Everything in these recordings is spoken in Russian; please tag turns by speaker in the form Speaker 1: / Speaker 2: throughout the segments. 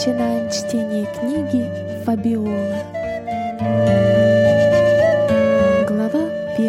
Speaker 1: начинаем чтение книги Фабиола. Глава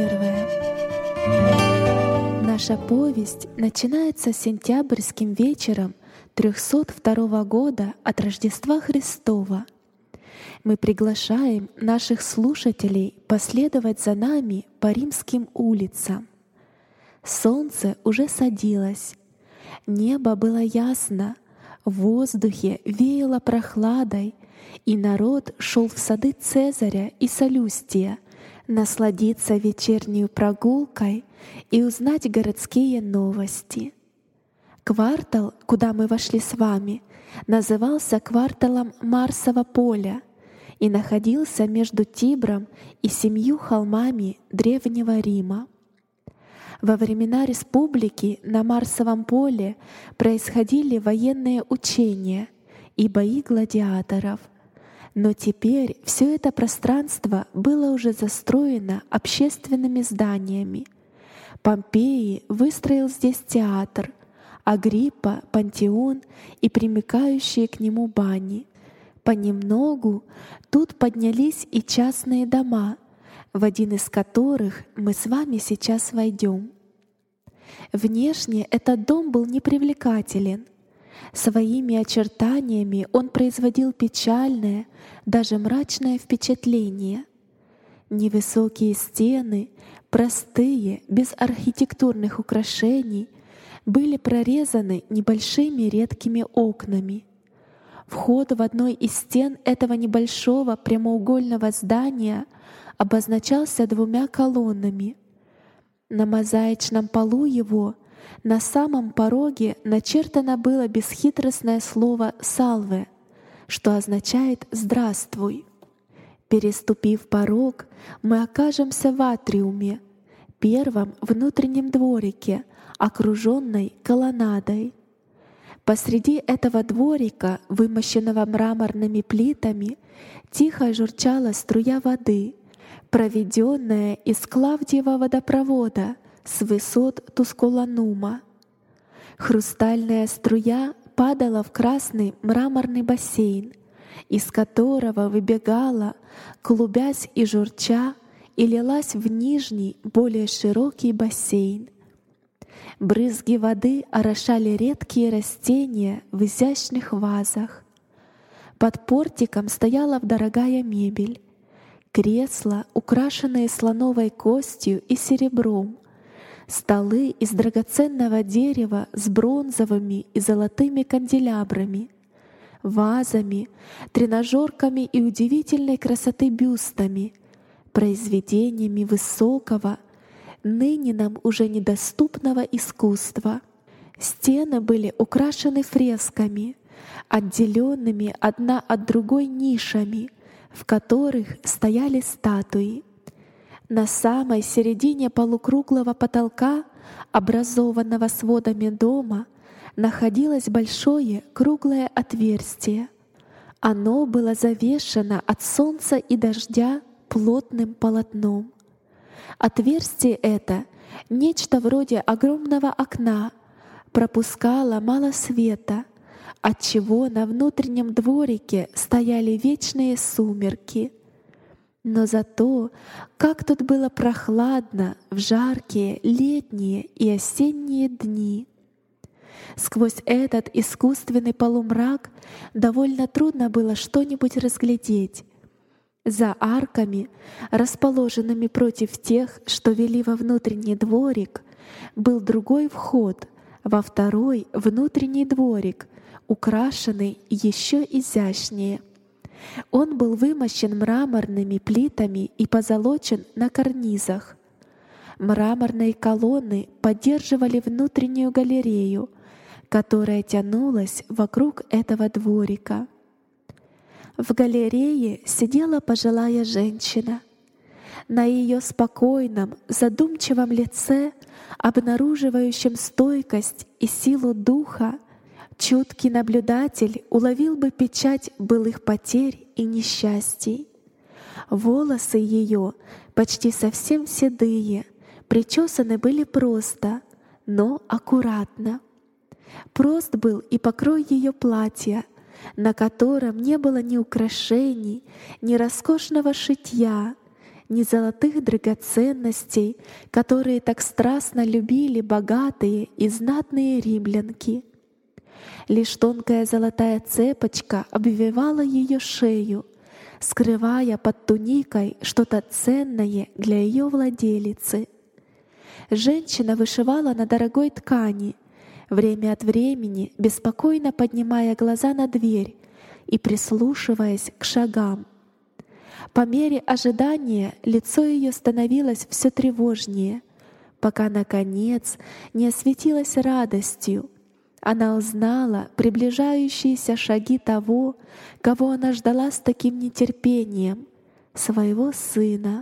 Speaker 1: 1. Наша повесть начинается сентябрьским вечером 302 года от Рождества Христова. Мы приглашаем наших слушателей последовать за нами по римским улицам. Солнце уже садилось, небо было ясно, в воздухе веяло прохладой, и народ шел в сады Цезаря и Салюстия насладиться вечерней прогулкой и узнать городские новости. Квартал, куда мы вошли с вами, назывался кварталом Марсового поля и находился между Тибром и 7 холмами Древнего Рима. Во времена республики на Марсовом поле происходили военные учения и бои гладиаторов, но теперь все это пространство было уже застроено общественными зданиями. Помпей выстроил здесь театр, Агриппа — пантеон и примыкающие к нему бани. Понемногу тут поднялись и частные дома, в один из которых мы с вами сейчас войдем. Внешне этот дом был непривлекателен. Своими очертаниями он производил печальное, даже мрачное впечатление. Невысокие стены, простые, без архитектурных украшений, были прорезаны небольшими редкими окнами. Вход в одной из стен этого небольшого прямоугольного здания обозначался 2 колоннами. На мозаичном полу его на самом пороге начертано было бесхитростное слово «салве», что означает «здравствуй». Переступив порог, мы окажемся в атриуме, первом внутреннем дворике, окруженной колоннадой. Посреди этого дворика, вымощенного мраморными плитами, тихо журчала струя воды, проведенная из Клавдиева водопровода с высот Тускуланума. Хрустальная струя падала в красный мраморный бассейн, из которого выбегала, клубясь и журча, и лилась в нижний, более широкий бассейн. Брызги воды орошали редкие растения в изящных вазах. Под портиком стояла дорогая мебель. Кресла, украшенные слоновой костью и серебром, столы из драгоценного дерева с бронзовыми и золотыми канделябрами, вазами, тренажерками и удивительной красоты бюстами, произведениями высокого, ныне нам уже недоступного искусства. Стены были украшены фресками, отделенными одна от другой нишами, в которых стояли статуи. На самой середине полукруглого потолка, образованного сводами дома, находилось большое круглое отверстие. Оно было завешено от солнца и дождя плотным полотном. Отверстие это, нечто вроде огромного окна, пропускало мало света, отчего на внутреннем дворике стояли вечные сумерки. Но зато, как тут было прохладно в жаркие летние и осенние дни! Сквозь этот искусственный полумрак довольно трудно было что-нибудь разглядеть. За арками, расположенными против тех, что вели во внутренний дворик, был другой вход во второй внутренний дворик, украшенный еще изящнее. Он был вымощен мраморными плитами и позолочен на карнизах. Мраморные колонны поддерживали внутреннюю галерею, которая тянулась вокруг этого дворика. В галерее сидела пожилая женщина. На ее спокойном, задумчивом лице, обнаруживающем стойкость и силу духа, чуткий наблюдатель уловил бы печать былых потерь и несчастий. Волосы ее, почти совсем седые, причесаны были просто, но аккуратно. Прост был и покрой ее платья, на котором не было ни украшений, ни роскошного шитья, ни золотых драгоценностей, которые так страстно любили богатые и знатные римлянки. Лишь тонкая золотая цепочка обвивала ее шею, скрывая под туникой что-то ценное для ее владелицы. Женщина вышивала на дорогой ткани, время от времени беспокойно поднимая глаза на дверь и прислушиваясь к шагам. По мере ожидания лицо ее становилось все тревожнее, пока, наконец, не осветилось радостью. Она узнала приближающиеся шаги того, кого она ждала с таким нетерпением — своего сына.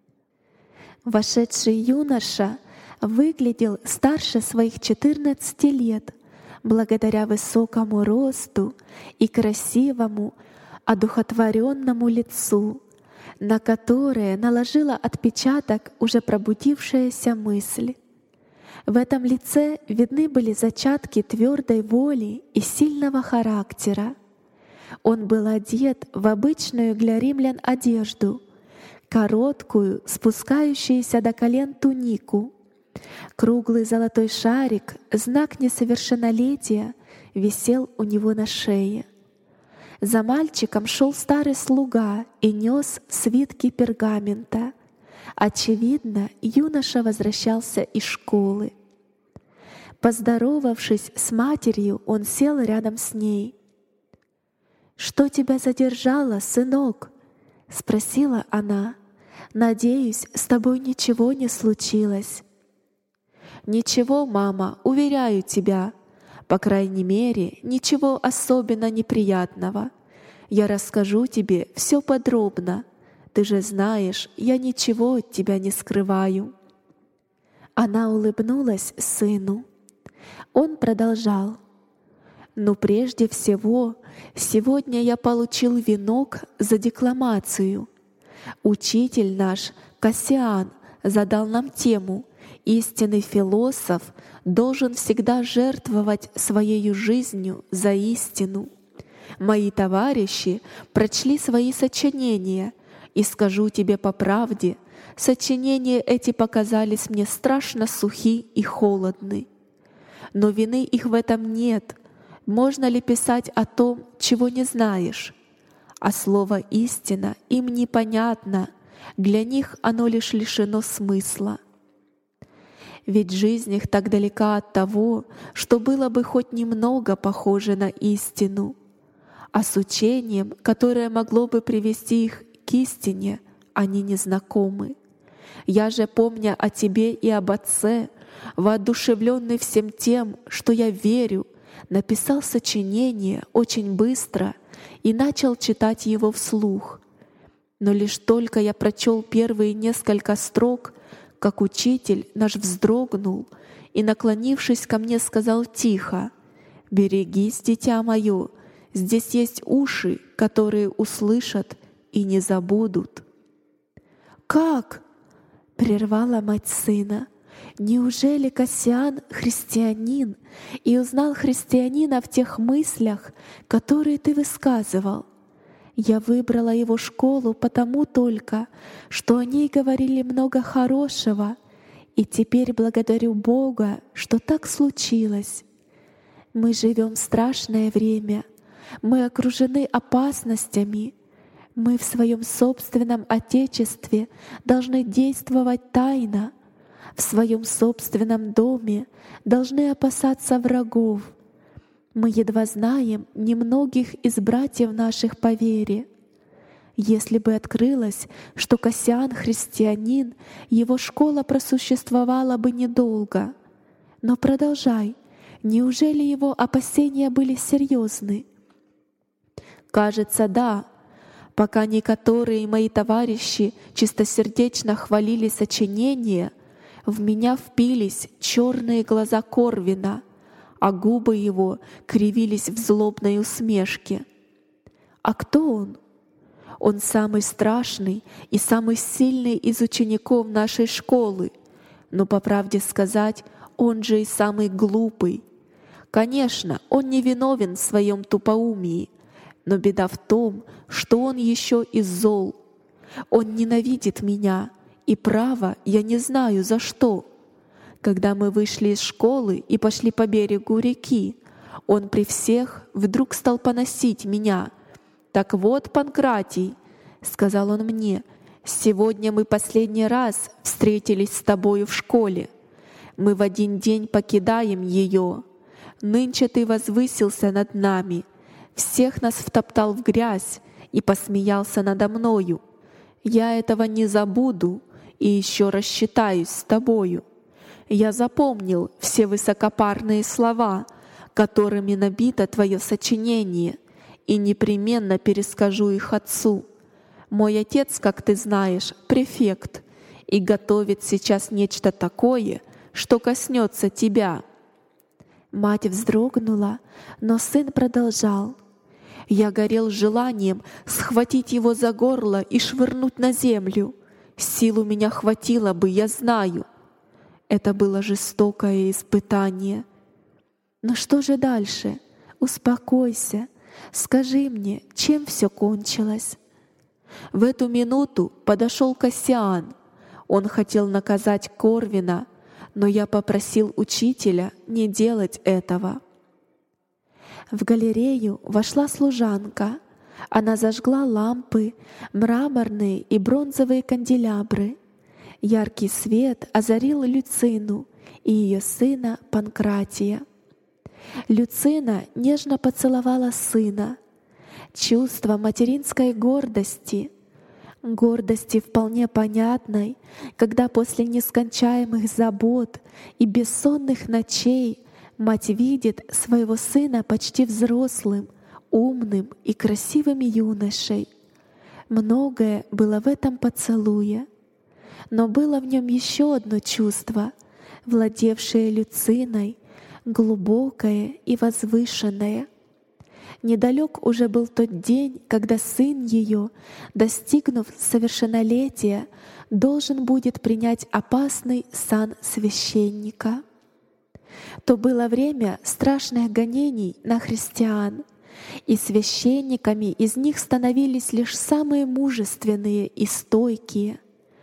Speaker 1: Вошедший юноша выглядел старше своих 14 лет, благодаря высокому росту и красивому, одухотворенному лицу, на которое наложила отпечаток уже пробудившаяся мысль. В этом лице видны были зачатки твердой воли и сильного характера. Он был одет в обычную для римлян одежду, короткую, спускающуюся до колен тунику. Круглый золотой шарик, знак несовершеннолетия, висел у него на шее. За мальчиком шел старый слуга и нес свитки пергамента. Очевидно, юноша возвращался из школы. Поздоровавшись с матерью, он сел рядом с ней. «Что тебя задержало, сынок?» — спросила она. «Надеюсь, с тобой ничего не случилось». «Ничего, мама, уверяю тебя. По крайней мере, ничего особенно неприятного. Я расскажу тебе все подробно. Ты же знаешь, я ничего от тебя не скрываю». Она улыбнулась сыну. Он продолжал. «Но прежде всего, сегодня я получил венок за декламацию. Учитель наш, Кассиан, задал нам тему: истинный философ должен всегда жертвовать своей жизнью за истину. Мои товарищи прочли свои сочинения, и скажу тебе по правде, сочинения эти показались мне страшно сухи и холодны. Но вины их в этом нет. Можно ли писать о том, чего не знаешь? А слово «истина» им непонятно, для них оно лишь лишено смысла. Ведь жизнь их так далека от того, что было бы хоть немного похоже на истину. А с учением, которое могло бы привести их к истине, они не знакомы. Я же, помня о тебе и об Отце, воодушевленный всем тем, что я верю, написал сочинение очень быстро и начал читать его вслух. Но лишь только я прочел первые несколько строк, как учитель наш вздрогнул и, наклонившись ко мне, сказал тихо: «Берегись, дитя мое, здесь есть уши, которые услышат и не забудут». «Как?» — прервала мать сына. «Неужели Кассиан христианин и узнал христианина в тех мыслях, которые ты высказывал? Я выбрала его школу потому только, что о ней говорили много хорошего, и теперь благодарю Бога, что так случилось. Мы живем в страшное время, мы окружены опасностями, мы в своем собственном Отечестве должны действовать тайно, в своем собственном доме должны опасаться врагов. Мы едва знаем немногих из братьев наших по вере. Если бы открылось, что Кассиан христианин, его школа просуществовала бы недолго. Но продолжай, неужели его опасения были серьезны?» «Кажется, да. Пока некоторые мои товарищи чистосердечно хвалили сочинение, в меня впились черные глаза Корвина, а губы его кривились в злобной усмешке. А кто он? Он самый страшный и самый сильный из учеников нашей школы, но, по правде сказать, он же и самый глупый. Конечно, он не виновен в своем тупоумии, но беда в том, что он еще и зол. Он ненавидит меня, и право я не знаю за что. Когда мы вышли из школы и пошли по берегу реки, он при всех вдруг стал поносить меня. «Так вот, Панкратий, — сказал он мне, — сегодня мы последний раз встретились с тобою в школе. Мы в один день покидаем ее. Нынче ты возвысился над нами, всех нас втоптал в грязь и посмеялся надо мною. Я этого не забуду и еще рассчитаюсь с тобою. Я запомнил все высокопарные слова, которыми набито твое сочинение, и непременно перескажу их отцу. Мой отец, как ты знаешь, префект, и готовит сейчас нечто такое, что коснется тебя». Мать вздрогнула, но сын продолжал. Я горел желанием схватить его за горло и швырнуть на землю. Сил у меня хватило бы, я знаю. Это было жестокое испытание. Но что же дальше? Успокойся. Скажи мне, чем все кончилось? В эту минуту подошел Кассиан. Он хотел наказать Корвина, но я попросил учителя не делать этого. В галерею вошла служанка. Она зажгла лампы, мраморные и бронзовые канделябры. Яркий свет озарил Люцину и ее сына Панкратия. Люцина нежно поцеловала сына. Чувство материнской гордости вполне понятной, когда после нескончаемых забот и бессонных ночей мать видит своего сына почти взрослым, умным и красивым юношей. Многое было в этом поцелуе, но было в нем еще одно чувство, владевшее Люциной, глубокое и возвышенное. Недалек уже был тот день, когда сын ее, достигнув совершеннолетия, должен будет принять опасный сан священника. То было время страшных гонений на христиан, и священниками из них становились лишь самые мужественные и стойкие.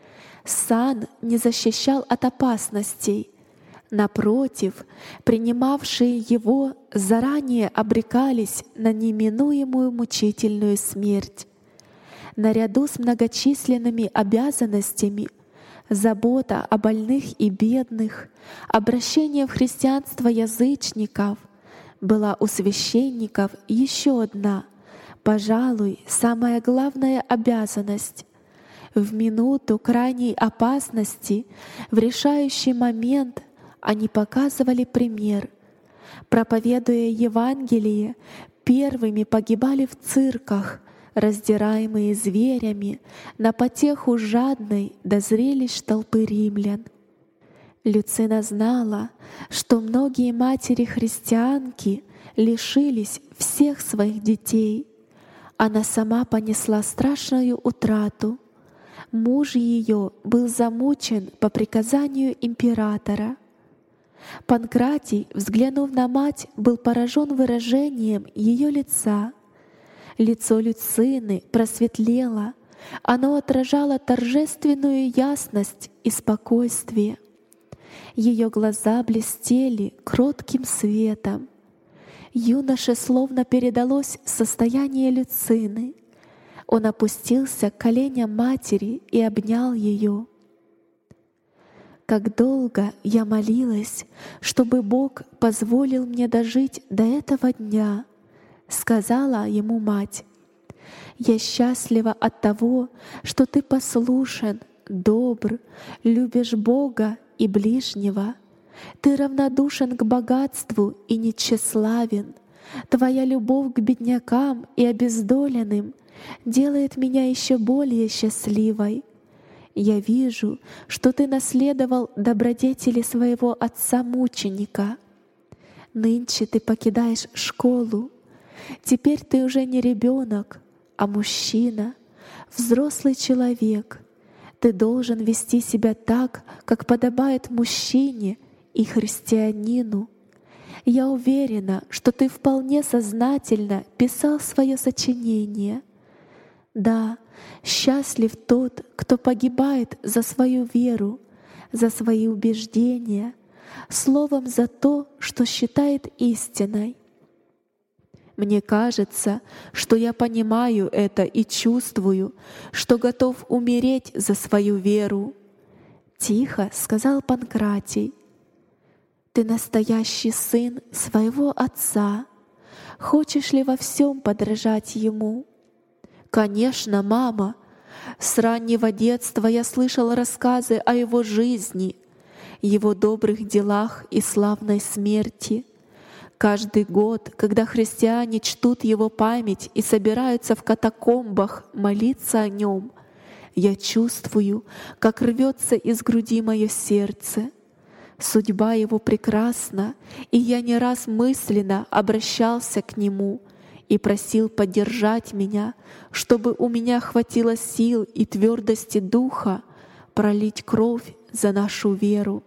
Speaker 1: Сан не защищал от опасностей. Напротив, принимавшие его заранее обрекались на неминуемую мучительную смерть. Наряду с многочисленными обязанностями забота о больных и бедных, обращение в христианство язычников была у священников еще одна, пожалуй, самая главная обязанность. В минуту крайней опасности, в решающий момент они показывали пример. Проповедуя Евангелие, первыми погибали в цирках, раздираемые зверями, на потеху жадной до зрелищ толпы римлян. Люцина знала, что многие матери-христианки лишились всех своих детей. Она сама понесла страшную утрату. Муж ее был замучен по приказанию императора. Панкратий, взглянув на мать, был поражен выражением ее лица. Лицо Люцины просветлело, оно отражало торжественную ясность и спокойствие. Ее глаза блестели кротким светом. Юноше словно передалось состояние Люцины. Он опустился к коленям матери и обнял ее. «Как долго я молилась, чтобы Бог позволил мне дожить до этого дня», — сказала ему мать. «Я счастлива от того, что ты послушен, добр, любишь Бога и ближнего. Ты равнодушен к богатству и нечеславен. Твоя любовь к беднякам и обездоленным делает меня еще более счастливой. Я вижу, что ты наследовал добродетели своего отца-мученика. Нынче ты покидаешь школу. Теперь ты уже не ребенок, а мужчина, взрослый человек. Ты должен вести себя так, как подобает мужчине и христианину. Я уверена, что ты вполне сознательно писал свое сочинение. Да, счастлив тот, кто погибает за свою веру, за свои убеждения, словом за то, что считает истиной. Мне кажется, что я понимаю это и чувствую, что готов умереть за свою веру. Тихо сказал Панкратий. Ты настоящий сын своего отца. Хочешь ли во всем подражать ему? Конечно, мама. С раннего детства я слышал рассказы о его жизни, его добрых делах и славной смерти. Каждый год, когда христиане чтут его память и собираются в катакомбах молиться о нем, я чувствую, как рвется из груди мое сердце. Судьба его прекрасна, и я не раз мысленно обращался к нему и просил поддержать меня, чтобы у меня хватило сил и твердости духа пролить кровь за нашу веру.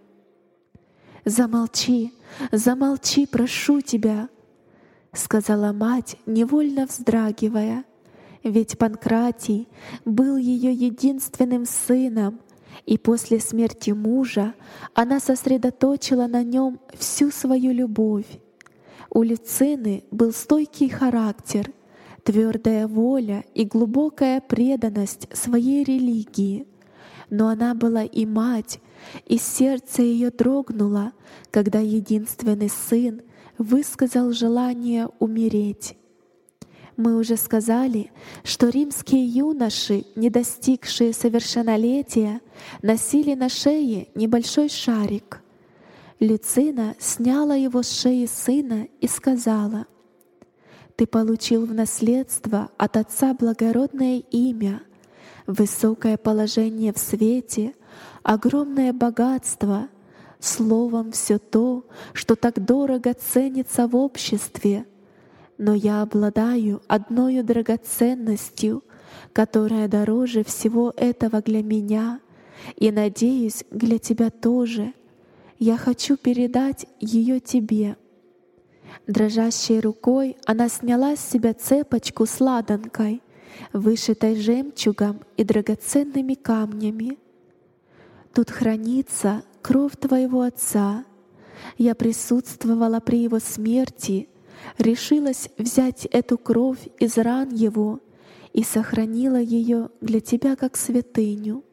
Speaker 1: «Замолчи, замолчи, прошу тебя», — сказала мать, невольно вздрагивая, ведь Панкратий был ее единственным сыном, и после смерти мужа она сосредоточила на нем всю свою любовь. У Люцины был стойкий характер, твердая воля и глубокая преданность своей религии, но она была и мать, и сердце ее дрогнуло, когда единственный сын высказал желание умереть. Мы уже сказали, что римские юноши, не достигшие совершеннолетия, носили на шее небольшой шарик. Люцина сняла его с шеи сына и сказала: «Ты получил в наследство от отца благородное имя, высокое положение в свете, огромное богатство, словом, все то, что так дорого ценится в обществе. Но я обладаю одною драгоценностью, которая дороже всего этого для меня, и, надеюсь, для тебя тоже. Я хочу передать ее тебе». Дрожащей рукой она сняла с себя цепочку с ладанкой, вышитой жемчугом и драгоценными камнями. «Тут хранится кровь твоего отца. Я присутствовала при его смерти, решилась взять эту кровь из ран его и сохранила ее для тебя как святыню».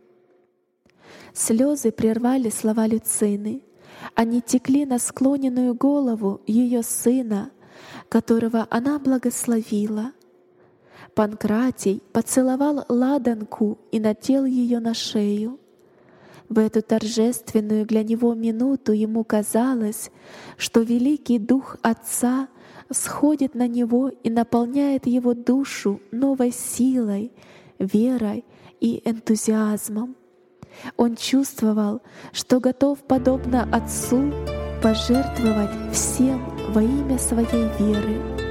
Speaker 1: Слезы прервали слова Люцины. Они текли на склоненную голову ее сына, которого она благословила. Панкратий поцеловал ладанку и надел ее на шею. В эту торжественную для него минуту ему казалось, что великий дух Отца сходит на него и наполняет его душу новой силой, верой и энтузиазмом. Он чувствовал, что готов, подобно Отцу, пожертвовать всем во имя своей веры.